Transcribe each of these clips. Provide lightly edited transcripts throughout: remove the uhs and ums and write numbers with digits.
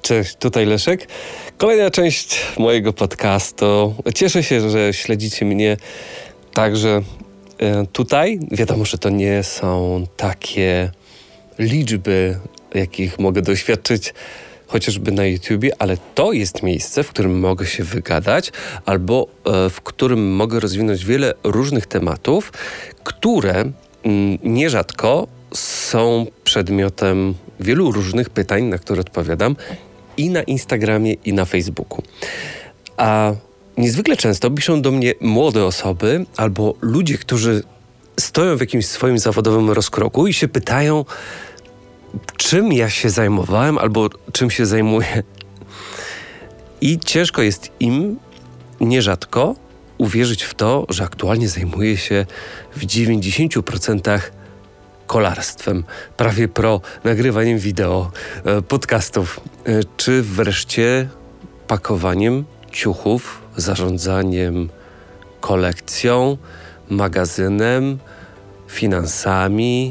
Cześć, tutaj Leszek. Kolejna część mojego podcastu. Cieszę się, że śledzicie mnie także tutaj. Wiadomo, że to nie są takie liczby, jakich mogę doświadczyć chociażby na YouTubie, ale to jest miejsce, w którym mogę się wygadać albo w którym mogę rozwinąć wiele różnych tematów, które nierzadko są przedmiotem wielu różnych pytań, na które odpowiadam i na Instagramie, i na Facebooku. A niezwykle często piszą do mnie młode osoby albo ludzie, którzy stoją w jakimś swoim zawodowym rozkroku i się pytają, czym ja się zajmowałem albo czym się zajmuję. I ciężko jest im nierzadko uwierzyć w to, że aktualnie zajmuję się w 90% kolarstwem, prawie nagrywaniem wideo, podcastów, czy wreszcie pakowaniem ciuchów, zarządzaniem kolekcją, magazynem, finansami,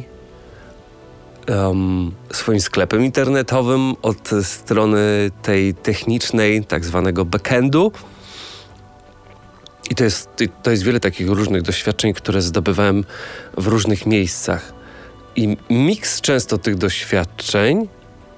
swoim sklepem internetowym od strony tej technicznej, tak zwanego backendu. I to jest wiele takich różnych doświadczeń, które zdobywałem w różnych miejscach. I miks często tych doświadczeń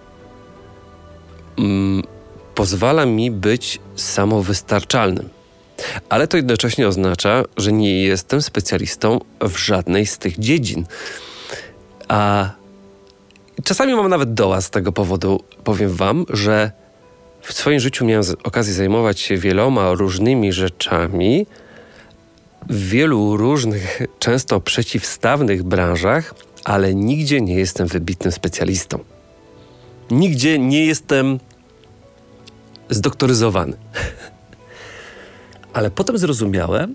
pozwala mi być samowystarczalnym. Ale to jednocześnie oznacza, że nie jestem specjalistą w żadnej z tych dziedzin. A czasami mam nawet doła z tego powodu. Powiem wam, że w swoim życiu miałem okazję zajmować się wieloma różnymi rzeczami w wielu różnych, często przeciwstawnych branżach, ale nigdzie nie jestem wybitnym specjalistą. Nigdzie nie jestem zdoktoryzowany. Ale potem zrozumiałem,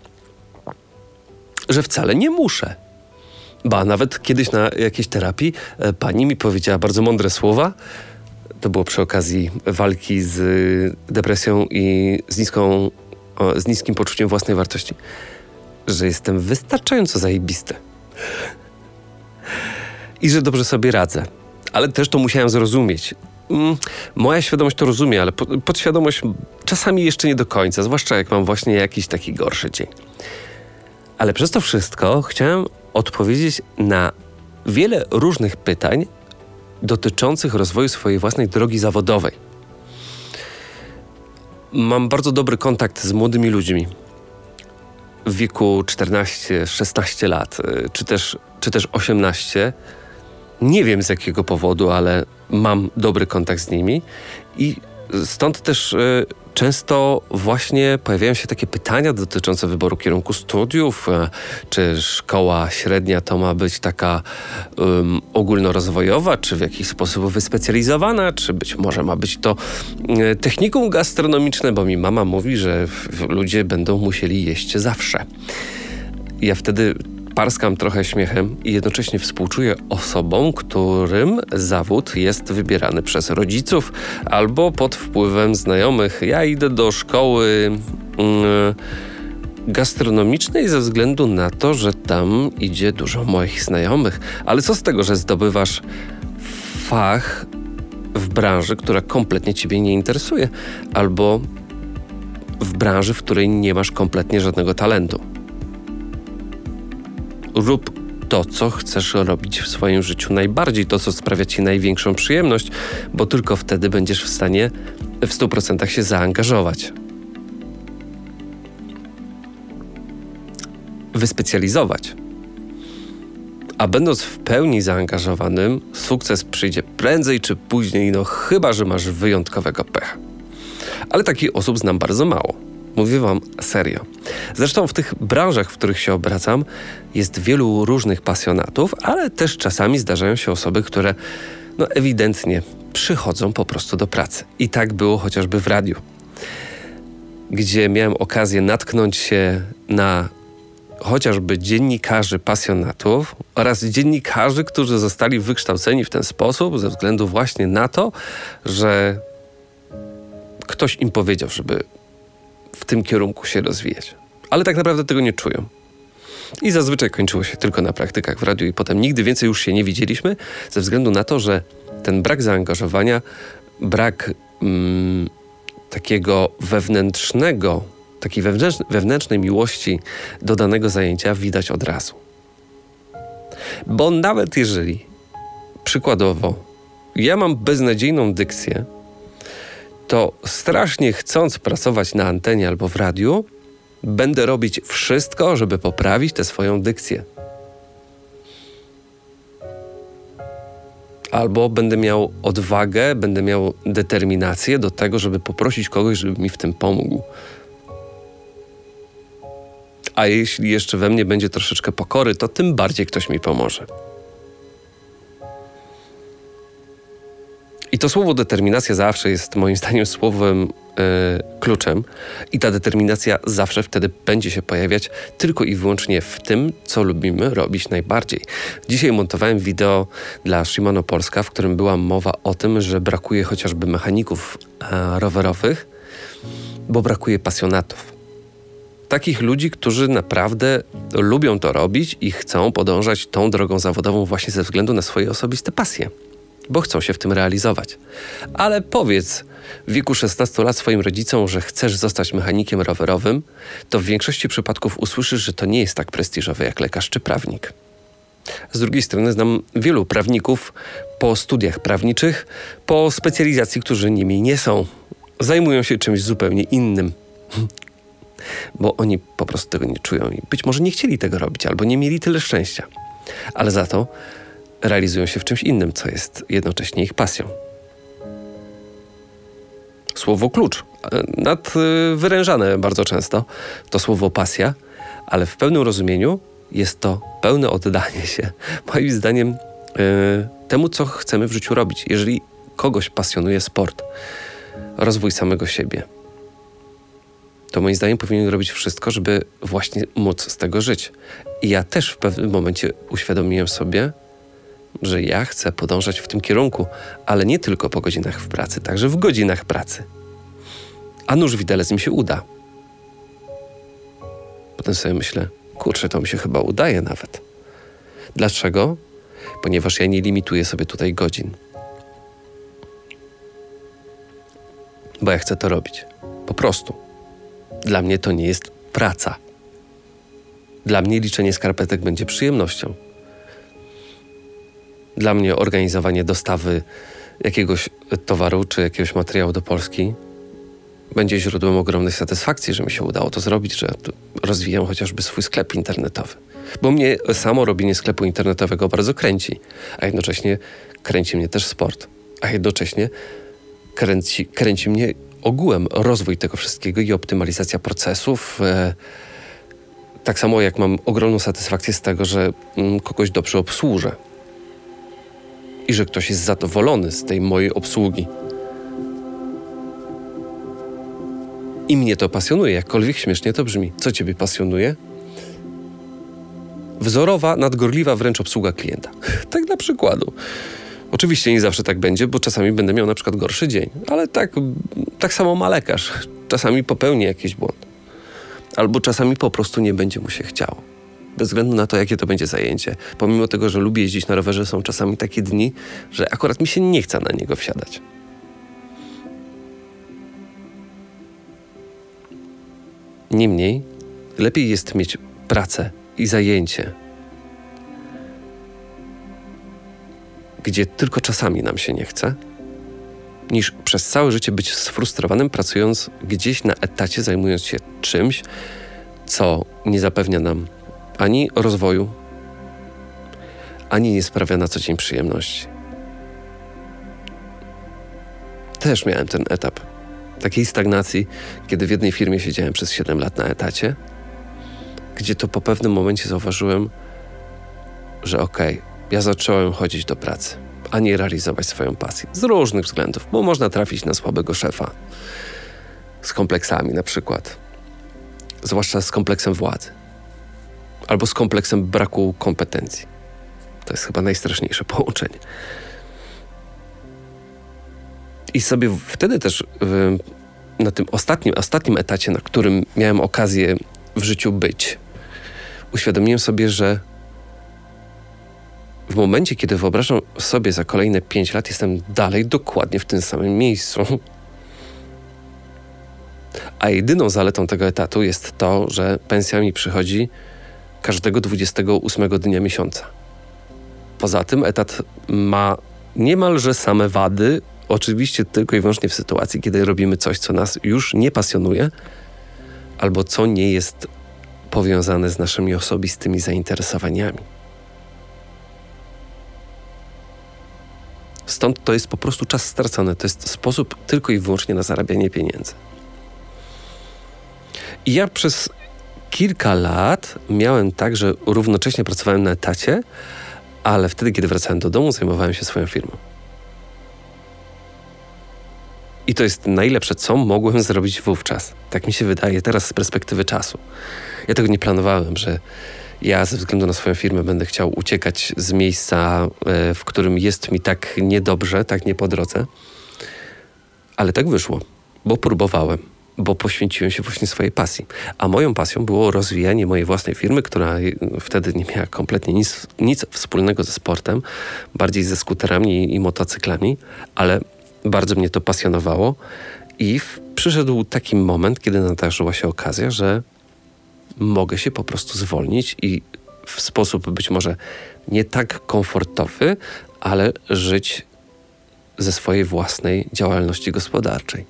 że wcale nie muszę. Ba, nawet kiedyś na jakiejś terapii pani mi powiedziała bardzo mądre słowa. To było przy okazji walki z depresją i z niskim poczuciem własnej wartości. Że jestem wystarczająco zajebisty. I że dobrze sobie radzę. Ale też to musiałem zrozumieć. Moja świadomość to rozumie, ale podświadomość czasami jeszcze nie do końca, zwłaszcza jak mam właśnie jakiś taki gorszy dzień. Ale przez to wszystko chciałem odpowiedzieć na wiele różnych pytań dotyczących rozwoju swojej własnej drogi zawodowej. Mam bardzo dobry kontakt z młodymi ludźmi w wieku 14-16 lat, czy też 18. Nie wiem z jakiego powodu, ale mam dobry kontakt z nimi i stąd też często właśnie pojawiają się takie pytania dotyczące wyboru kierunku studiów, czy szkoła średnia to ma być taka ogólnorozwojowa, czy w jakiś sposób wyspecjalizowana, czy być może ma być to technikum gastronomiczne, bo mi mama mówi, że ludzie będą musieli jeść zawsze. Ja wtedy parskam trochę śmiechem i jednocześnie współczuję osobom, którym zawód jest wybierany przez rodziców albo pod wpływem znajomych. Ja idę do szkoły gastronomicznej ze względu na to, że tam idzie dużo moich znajomych. Ale co z tego, że zdobywasz fach w branży, która kompletnie ciebie nie interesuje, albo w branży, w której nie masz kompletnie żadnego talentu. Rób to, co chcesz robić w swoim życiu najbardziej, to, co sprawia ci największą przyjemność, bo tylko wtedy będziesz w stanie w 100% się zaangażować. Wyspecjalizować. A będąc w pełni zaangażowanym, sukces przyjdzie prędzej czy później, chyba że masz wyjątkowego pecha. Ale takich osób znam bardzo mało. Mówię wam serio. Zresztą w tych branżach, w których się obracam, jest wielu różnych pasjonatów, ale też czasami zdarzają się osoby, które ewidentnie przychodzą po prostu do pracy. I tak było chociażby w radiu, gdzie miałem okazję natknąć się na chociażby dziennikarzy pasjonatów oraz dziennikarzy, którzy zostali wykształceni w ten sposób ze względu właśnie na to, że ktoś im powiedział, żeby w tym kierunku się rozwijać. Ale tak naprawdę tego nie czują. I zazwyczaj kończyło się tylko na praktykach w radiu i potem nigdy więcej już się nie widzieliśmy ze względu na to, że ten brak zaangażowania brak takiego takiej wewnętrznej miłości do danego zajęcia widać od razu. Bo nawet jeżeli, przykładowo, ja mam beznadziejną dykcję, to strasznie chcąc pracować na antenie albo w radiu, będę robić wszystko, żeby poprawić tę swoją dykcję. Albo będę miał odwagę, będę miał determinację do tego, żeby poprosić kogoś, żeby mi w tym pomógł. A jeśli jeszcze we mnie będzie troszeczkę pokory, to tym bardziej ktoś mi pomoże. I to słowo determinacja zawsze jest moim zdaniem słowem kluczem i ta determinacja zawsze wtedy będzie się pojawiać tylko i wyłącznie w tym, co lubimy robić najbardziej. Dzisiaj montowałem wideo dla Shimano Polska, w którym była mowa o tym, że brakuje chociażby mechaników rowerowych, bo brakuje pasjonatów. Takich ludzi, którzy naprawdę lubią to robić i chcą podążać tą drogą zawodową właśnie ze względu na swoje osobiste pasje, bo chcą się w tym realizować. Ale powiedz w wieku 16 lat swoim rodzicom, że chcesz zostać mechanikiem rowerowym, to w większości przypadków usłyszysz, że to nie jest tak prestiżowe jak lekarz czy prawnik. Z drugiej strony znam wielu prawników po studiach prawniczych, po specjalizacji, którzy nimi nie są. Zajmują się czymś zupełnie innym. Bo oni po prostu tego nie czują i być może nie chcieli tego robić albo nie mieli tyle szczęścia. Ale za to realizują się w czymś innym, co jest jednocześnie ich pasją. Słowo klucz, nadwyrężane bardzo często, to słowo pasja, ale w pełnym rozumieniu jest to pełne oddanie się, moim zdaniem, temu, co chcemy w życiu robić. Jeżeli kogoś pasjonuje sport, rozwój samego siebie, to moim zdaniem powinien robić wszystko, żeby właśnie móc z tego żyć. I ja też w pewnym momencie uświadomiłem sobie, że ja chcę podążać w tym kierunku, ale nie tylko po godzinach w pracy, także w godzinach pracy. A nuż widelec mi się uda. Potem sobie myślę, kurczę, to mi się chyba udaje nawet. Dlaczego? Ponieważ ja nie limituję sobie tutaj godzin. Bo ja chcę to robić. Po prostu. Dla mnie to nie jest praca. Dla mnie liczenie skarpetek będzie przyjemnością. Dla mnie organizowanie dostawy jakiegoś towaru czy jakiegoś materiału do Polski będzie źródłem ogromnej satysfakcji, że mi się udało to zrobić, że rozwijam chociażby swój sklep internetowy. Bo mnie samo robienie sklepu internetowego bardzo kręci, a jednocześnie kręci mnie też sport, a jednocześnie kręci mnie ogółem rozwój tego wszystkiego i optymalizacja procesów. Tak samo jak mam ogromną satysfakcję z tego, że kogoś dobrze obsłużę i że ktoś jest zadowolony z tej mojej obsługi. I mnie to pasjonuje, jakkolwiek śmiesznie to brzmi. Co ciebie pasjonuje? Wzorowa, nadgorliwa wręcz obsługa klienta. Tak dla przykładu. Oczywiście nie zawsze tak będzie, bo czasami będę miał na przykład gorszy dzień, ale tak samo ma lekarz. Czasami popełni jakiś błąd. Albo czasami po prostu nie będzie mu się chciało. Bez względu na to, jakie to będzie zajęcie. Pomimo tego, że lubię jeździć na rowerze, są czasami takie dni, że akurat mi się nie chce na niego wsiadać. Niemniej, lepiej jest mieć pracę i zajęcie, gdzie tylko czasami nam się nie chce, niż przez całe życie być sfrustrowanym, pracując gdzieś na etacie, zajmując się czymś, co nie zapewnia nam ani rozwoju, ani nie sprawia na co dzień przyjemności. Też miałem ten etap takiej stagnacji, kiedy w jednej firmie siedziałem przez 7 lat na etacie, gdzie to po pewnym momencie zauważyłem, że ja zacząłem chodzić do pracy, a nie realizować swoją pasję. Z różnych względów, bo można trafić na słabego szefa, z kompleksami na przykład, zwłaszcza z kompleksem władzy, albo z kompleksem braku kompetencji. To jest chyba najstraszniejsze połączenie. I sobie wtedy też na tym ostatnim etacie, na którym miałem okazję w życiu być, uświadomiłem sobie, że w momencie, kiedy wyobrażam sobie za kolejne 5 lat, jestem dalej dokładnie w tym samym miejscu. A jedyną zaletą tego etatu jest to, że pensja mi przychodzi każdego 28 dnia miesiąca. Poza tym etat ma niemalże same wady, oczywiście tylko i wyłącznie w sytuacji, kiedy robimy coś, co nas już nie pasjonuje, albo co nie jest powiązane z naszymi osobistymi zainteresowaniami. Stąd to jest po prostu czas stracony. To jest sposób tylko i wyłącznie na zarabianie pieniędzy. I ja przez kilka lat miałem tak, że równocześnie pracowałem na etacie, ale wtedy, kiedy wracałem do domu, zajmowałem się swoją firmą. I to jest najlepsze, co mogłem zrobić wówczas. Tak mi się wydaje teraz z perspektywy czasu. Ja tego nie planowałem, że ja ze względu na swoją firmę będę chciał uciekać z miejsca, w którym jest mi tak niedobrze, tak nie po drodze. Ale tak wyszło, bo próbowałem, bo poświęciłem się właśnie swojej pasji. A moją pasją było rozwijanie mojej własnej firmy, która wtedy nie miała kompletnie nic wspólnego ze sportem, bardziej ze skuterami i motocyklami, ale bardzo mnie to pasjonowało i przyszedł taki moment, kiedy nadarzyła się okazja, że mogę się po prostu zwolnić i w sposób być może nie tak komfortowy, ale żyć ze swojej własnej działalności gospodarczej,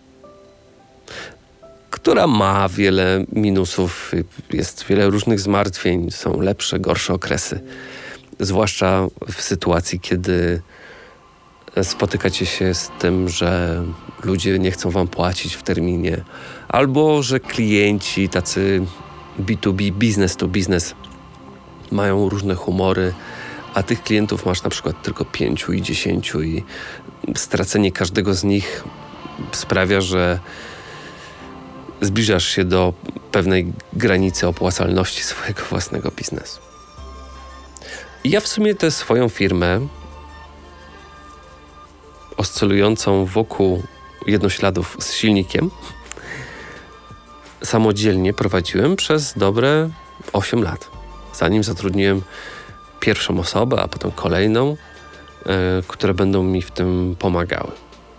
która ma wiele minusów, jest wiele różnych zmartwień, są lepsze, gorsze okresy. Zwłaszcza w sytuacji, kiedy spotykacie się z tym, że ludzie nie chcą wam płacić w terminie, albo że klienci tacy B2B, business to business, mają różne humory, a tych klientów masz na przykład tylko 5 i 10 i stracenie każdego z nich sprawia, że zbliżasz się do pewnej granicy opłacalności swojego własnego biznesu. I ja w sumie tę swoją firmę oscylującą wokół jednośladów z silnikiem samodzielnie prowadziłem przez dobre 8 lat. Zanim zatrudniłem pierwszą osobę, a potem kolejną, które będą mi w tym pomagały.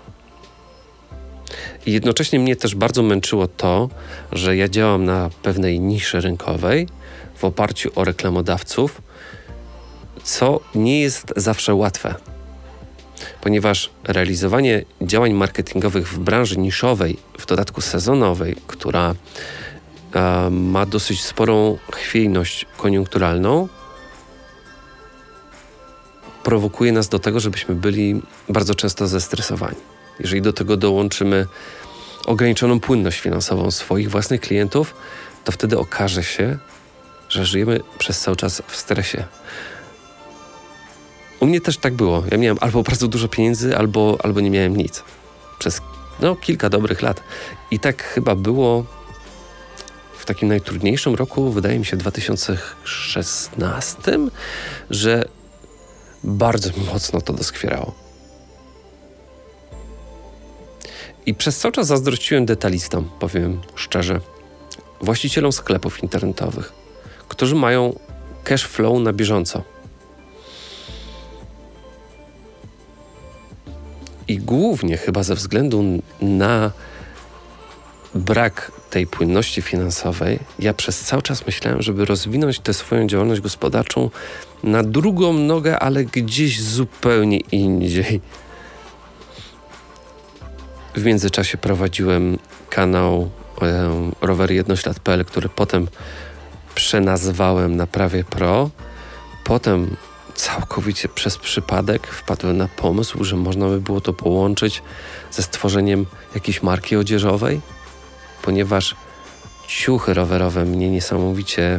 I jednocześnie mnie też bardzo męczyło to, że ja działam na pewnej niszy rynkowej w oparciu o reklamodawców, co nie jest zawsze łatwe. Ponieważ realizowanie działań marketingowych w branży niszowej, w dodatku sezonowej, która ma dosyć sporą chwiejność koniunkturalną, prowokuje nas do tego, żebyśmy byli bardzo często zestresowani. Jeżeli do tego dołączymy ograniczoną płynność finansową swoich własnych klientów, to wtedy okaże się, że żyjemy przez cały czas w stresie. U mnie też tak było. Ja miałem albo bardzo dużo pieniędzy, albo nie miałem nic. Przez kilka dobrych lat. I tak chyba było w takim najtrudniejszym roku, wydaje mi się 2016, że bardzo mi mocno to doskwierało. I przez cały czas zazdrościłem detalistom, powiem szczerze, właścicielom sklepów internetowych, którzy mają cash flow na bieżąco. I głównie chyba ze względu na brak tej płynności finansowej, ja przez cały czas myślałem, żeby rozwinąć tę swoją działalność gospodarczą na drugą nogę, ale gdzieś zupełnie indziej. W międzyczasie prowadziłem kanał roweryjednoślad.pl, który potem przenazwałem na Prawie Pro. Potem całkowicie przez przypadek wpadłem na pomysł, że można by było to połączyć ze stworzeniem jakiejś marki odzieżowej, ponieważ ciuchy rowerowe mnie niesamowicie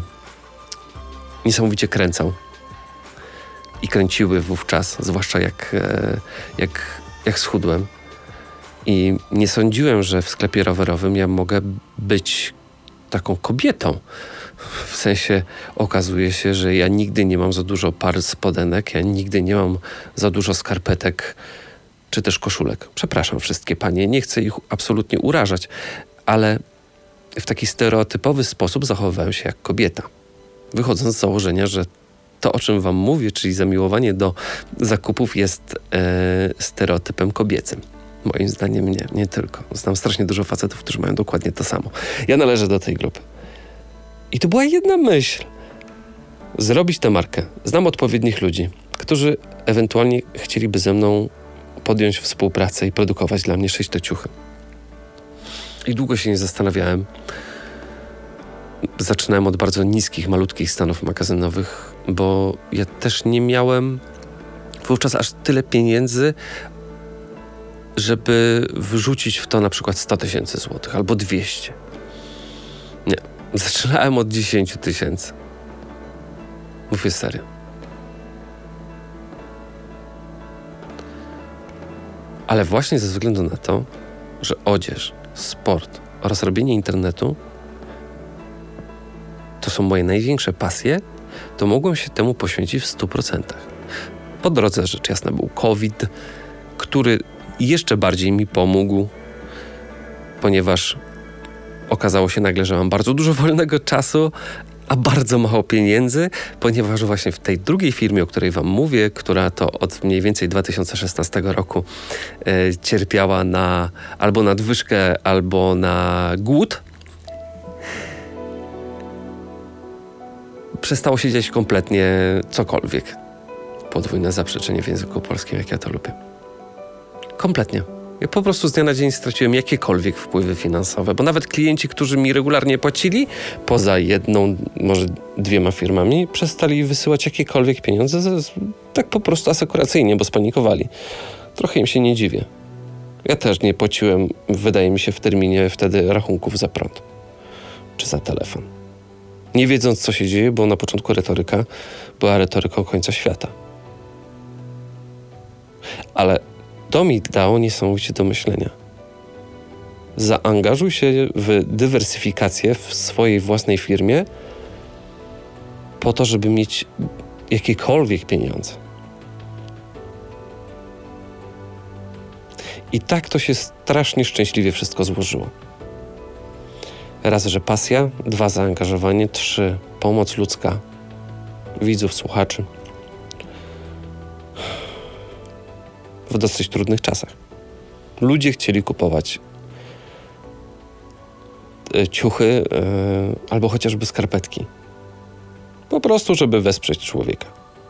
kręcą. I kręciły wówczas, zwłaszcza jak schudłem. I nie sądziłem, że w sklepie rowerowym ja mogę być taką kobietą. W sensie okazuje się, że ja nigdy nie mam za dużo par spodenek, ja nigdy nie mam za dużo skarpetek czy też koszulek. Przepraszam wszystkie panie, nie chcę ich absolutnie urażać, ale w taki stereotypowy sposób zachowywałem się jak kobieta. Wychodząc z założenia, że to, o czym wam mówię, czyli zamiłowanie do zakupów jest stereotypem kobiecym. Moim zdaniem nie tylko. Znam strasznie dużo facetów, którzy mają dokładnie to samo. Ja należę do tej grupy. I to była jedna myśl. Zrobić tę markę. Znam odpowiednich ludzi, którzy ewentualnie chcieliby ze mną podjąć współpracę i produkować dla mnie 6 ciuchy. I długo się nie zastanawiałem. Zaczynałem od bardzo niskich, malutkich stanów magazynowych, bo ja też nie miałem wówczas aż tyle pieniędzy, żeby wrzucić w to na przykład 100 000 złotych albo 200. Nie. Zaczynałem od 10 000. Mówię serio. Ale właśnie ze względu na to, że odzież, sport oraz robienie internetu to są moje największe pasje, to mogłem się temu poświęcić w 100%. Po drodze rzecz jasna był COVID, który jeszcze bardziej mi pomógł, ponieważ okazało się nagle, że mam bardzo dużo wolnego czasu, a bardzo mało pieniędzy, ponieważ właśnie w tej drugiej firmie, o której wam mówię, która to od mniej więcej 2016 roku cierpiała na albo nadwyżkę, albo na głód, przestało się dziać kompletnie cokolwiek. Podwójne zaprzeczenie w języku polskim, jak ja to lubię. Kompletnie. Ja po prostu z dnia na dzień straciłem jakiekolwiek wpływy finansowe, bo nawet klienci, którzy mi regularnie płacili, poza jedną, może 2 firmami, przestali wysyłać jakiekolwiek pieniądze, tak po prostu asekuracyjnie, bo spanikowali. Trochę im się nie dziwię. Ja też nie płaciłem, wydaje mi się, w terminie wtedy rachunków za prąd czy za telefon. Nie wiedząc, co się dzieje, bo na początku retoryka była retoryką końca świata. Ale to mi dało niesamowicie do myślenia. Zaangażuj się w dywersyfikację w swojej własnej firmie po to, żeby mieć jakiekolwiek pieniądze. I tak to się strasznie szczęśliwie wszystko złożyło. Raz, że pasja, 2, zaangażowanie, 3, pomoc ludzka, widzów, słuchaczy. W dosyć trudnych czasach. Ludzie chcieli kupować ciuchy albo chociażby skarpetki. Po prostu, żeby wesprzeć człowieka.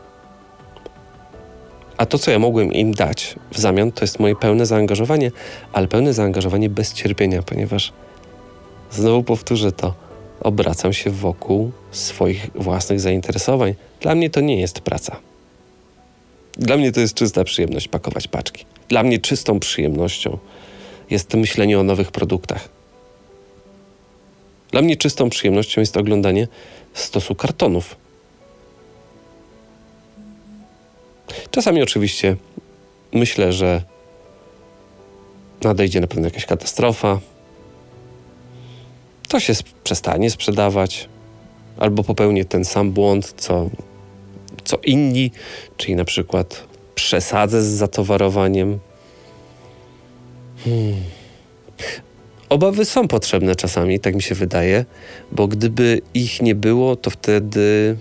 A to, co ja mogłem im dać w zamian, to jest moje pełne zaangażowanie, ale pełne zaangażowanie bez cierpienia, ponieważ znowu powtórzę to, obracam się wokół swoich własnych zainteresowań. Dla mnie to nie jest praca. Dla mnie to jest czysta przyjemność pakować paczki. Dla mnie czystą przyjemnością jest myślenie o nowych produktach. Dla mnie czystą przyjemnością jest oglądanie stosu kartonów. Czasami oczywiście myślę, że nadejdzie na pewno jakaś katastrofa, to się przestanie sprzedawać, albo popełnię ten sam błąd, co inni, czyli na przykład przesadzę z zatowarowaniem. Obawy są potrzebne czasami, tak mi się wydaje, bo gdyby ich nie było, to wtedy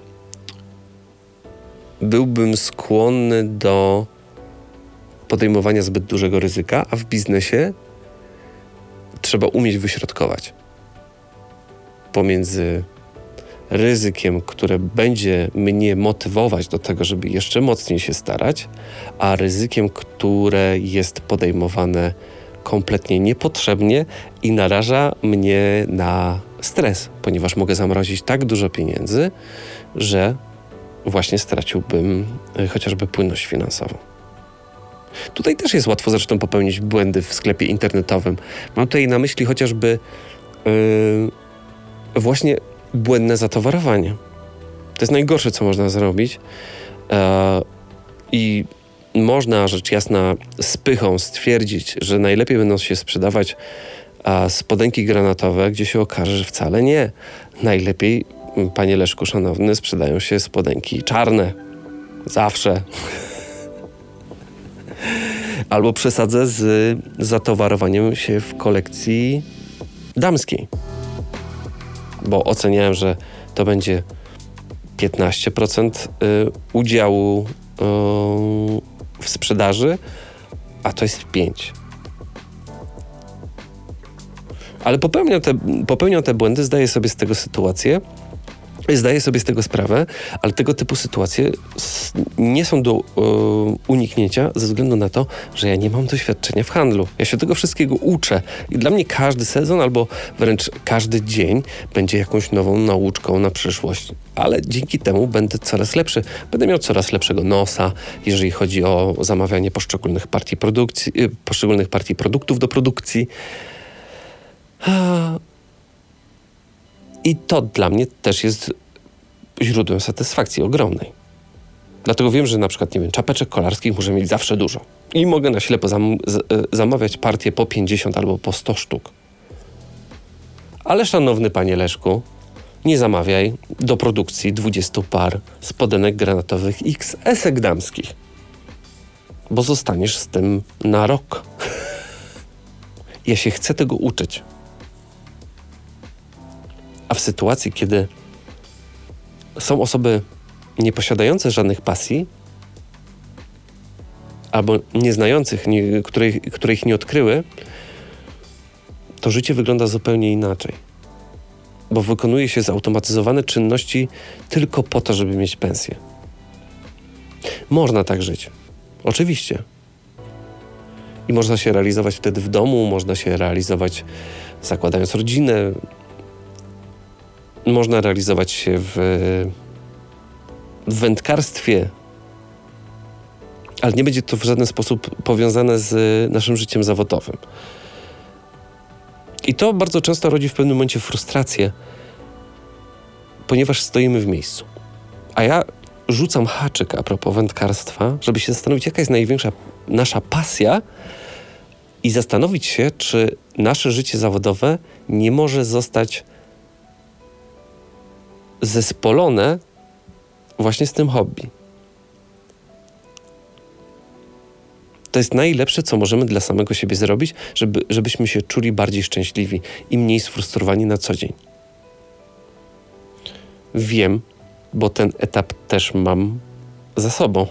byłbym skłonny do podejmowania zbyt dużego ryzyka, a w biznesie trzeba umieć wyśrodkować pomiędzy ryzykiem, które będzie mnie motywować do tego, żeby jeszcze mocniej się starać, a ryzykiem, które jest podejmowane kompletnie niepotrzebnie i naraża mnie na stres, ponieważ mogę zamrozić tak dużo pieniędzy, że właśnie straciłbym chociażby płynność finansową. Tutaj też jest łatwo zresztą popełnić błędy w sklepie internetowym. Mam tutaj na myśli chociażby właśnie błędne zatowarowanie. To jest najgorsze, co można zrobić. I można, rzecz jasna, z pychą stwierdzić, że najlepiej będą się sprzedawać spodenki granatowe, gdzie się okaże, że wcale nie. Najlepiej, panie Leszku szanowny, sprzedają się spodenki czarne. Zawsze. Albo przesadzę z zatowarowaniem się w kolekcji damskiej. Bo oceniałem, że to będzie 15% udziału w sprzedaży, a to jest 5%. Ale popełniam te błędy, zdaję sobie z tego sprawę, ale tego typu sytuacje nie są do uniknięcia ze względu na to, że ja nie mam doświadczenia w handlu. Ja się tego wszystkiego uczę i dla mnie każdy sezon albo wręcz każdy dzień będzie jakąś nową nauczką na przyszłość. Ale dzięki temu będę coraz lepszy. Będę miał coraz lepszego nosa, jeżeli chodzi o zamawianie poszczególnych partii produktów do produkcji. I to dla mnie też jest źródłem satysfakcji ogromnej. Dlatego wiem, że na przykład, nie wiem, czapeczek kolarskich muszę mieć zawsze dużo. I mogę na ślepo zamawiać partię po 50 albo po 100 sztuk. Ale szanowny panie Leszku, nie zamawiaj do produkcji 20 par spodenek granatowych XS-ek damskich. Bo zostaniesz z tym na rok. Ja się chcę tego uczyć. A w sytuacji, kiedy są osoby nieposiadające żadnych pasji albo nieznających, które ich nie odkryły, to życie wygląda zupełnie inaczej. Bo wykonuje się zautomatyzowane czynności tylko po to, żeby mieć pensję. Można tak żyć. Oczywiście. I można się realizować wtedy w domu, można się realizować zakładając rodzinę, można realizować się w wędkarstwie, ale nie będzie to w żaden sposób powiązane z naszym życiem zawodowym. I to bardzo często rodzi w pewnym momencie frustrację, ponieważ stoimy w miejscu. A ja rzucam haczyk a propos wędkarstwa, żeby się zastanowić, jaka jest największa nasza pasja i zastanowić się, czy nasze życie zawodowe nie może zostać zespolone właśnie z tym hobby. To jest najlepsze, co możemy dla samego siebie zrobić, żebyśmy się czuli bardziej szczęśliwi i mniej sfrustrowani na co dzień. Wiem, bo ten etap też mam za sobą.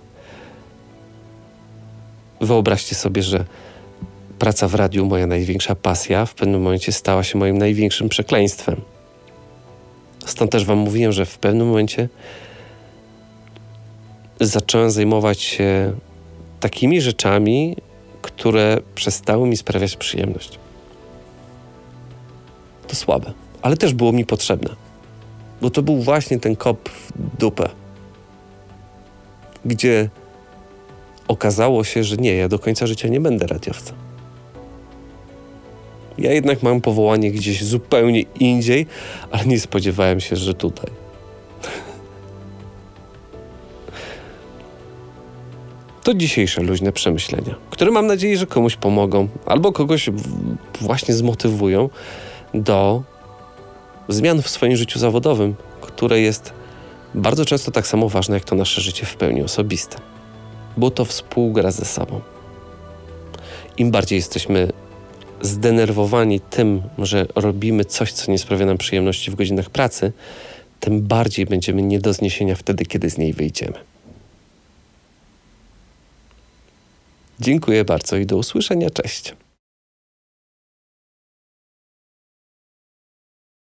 Wyobraźcie sobie, że praca w radiu, moja największa pasja, w pewnym momencie stała się moim największym przekleństwem. Stąd też wam mówiłem, że w pewnym momencie zacząłem zajmować się takimi rzeczami, które przestały mi sprawiać przyjemność. To słabe, ale też było mi potrzebne. Bo to był właśnie ten kop w dupę, gdzie okazało się, że nie, ja do końca życia nie będę radiowcem. Ja jednak mam powołanie gdzieś zupełnie indziej, ale nie spodziewałem się, że tutaj. To dzisiejsze luźne przemyślenia, które mam nadzieję, że komuś pomogą albo kogoś właśnie zmotywują do zmian w swoim życiu zawodowym, które jest bardzo często tak samo ważne, jak to nasze życie w pełni osobiste. Bo to współgra ze sobą. Im bardziej jesteśmy zdenerwowani tym, że robimy coś, co nie sprawia nam przyjemności w godzinach pracy, tym bardziej będziemy nie do zniesienia wtedy, kiedy z niej wyjdziemy. Dziękuję bardzo i do usłyszenia. Cześć.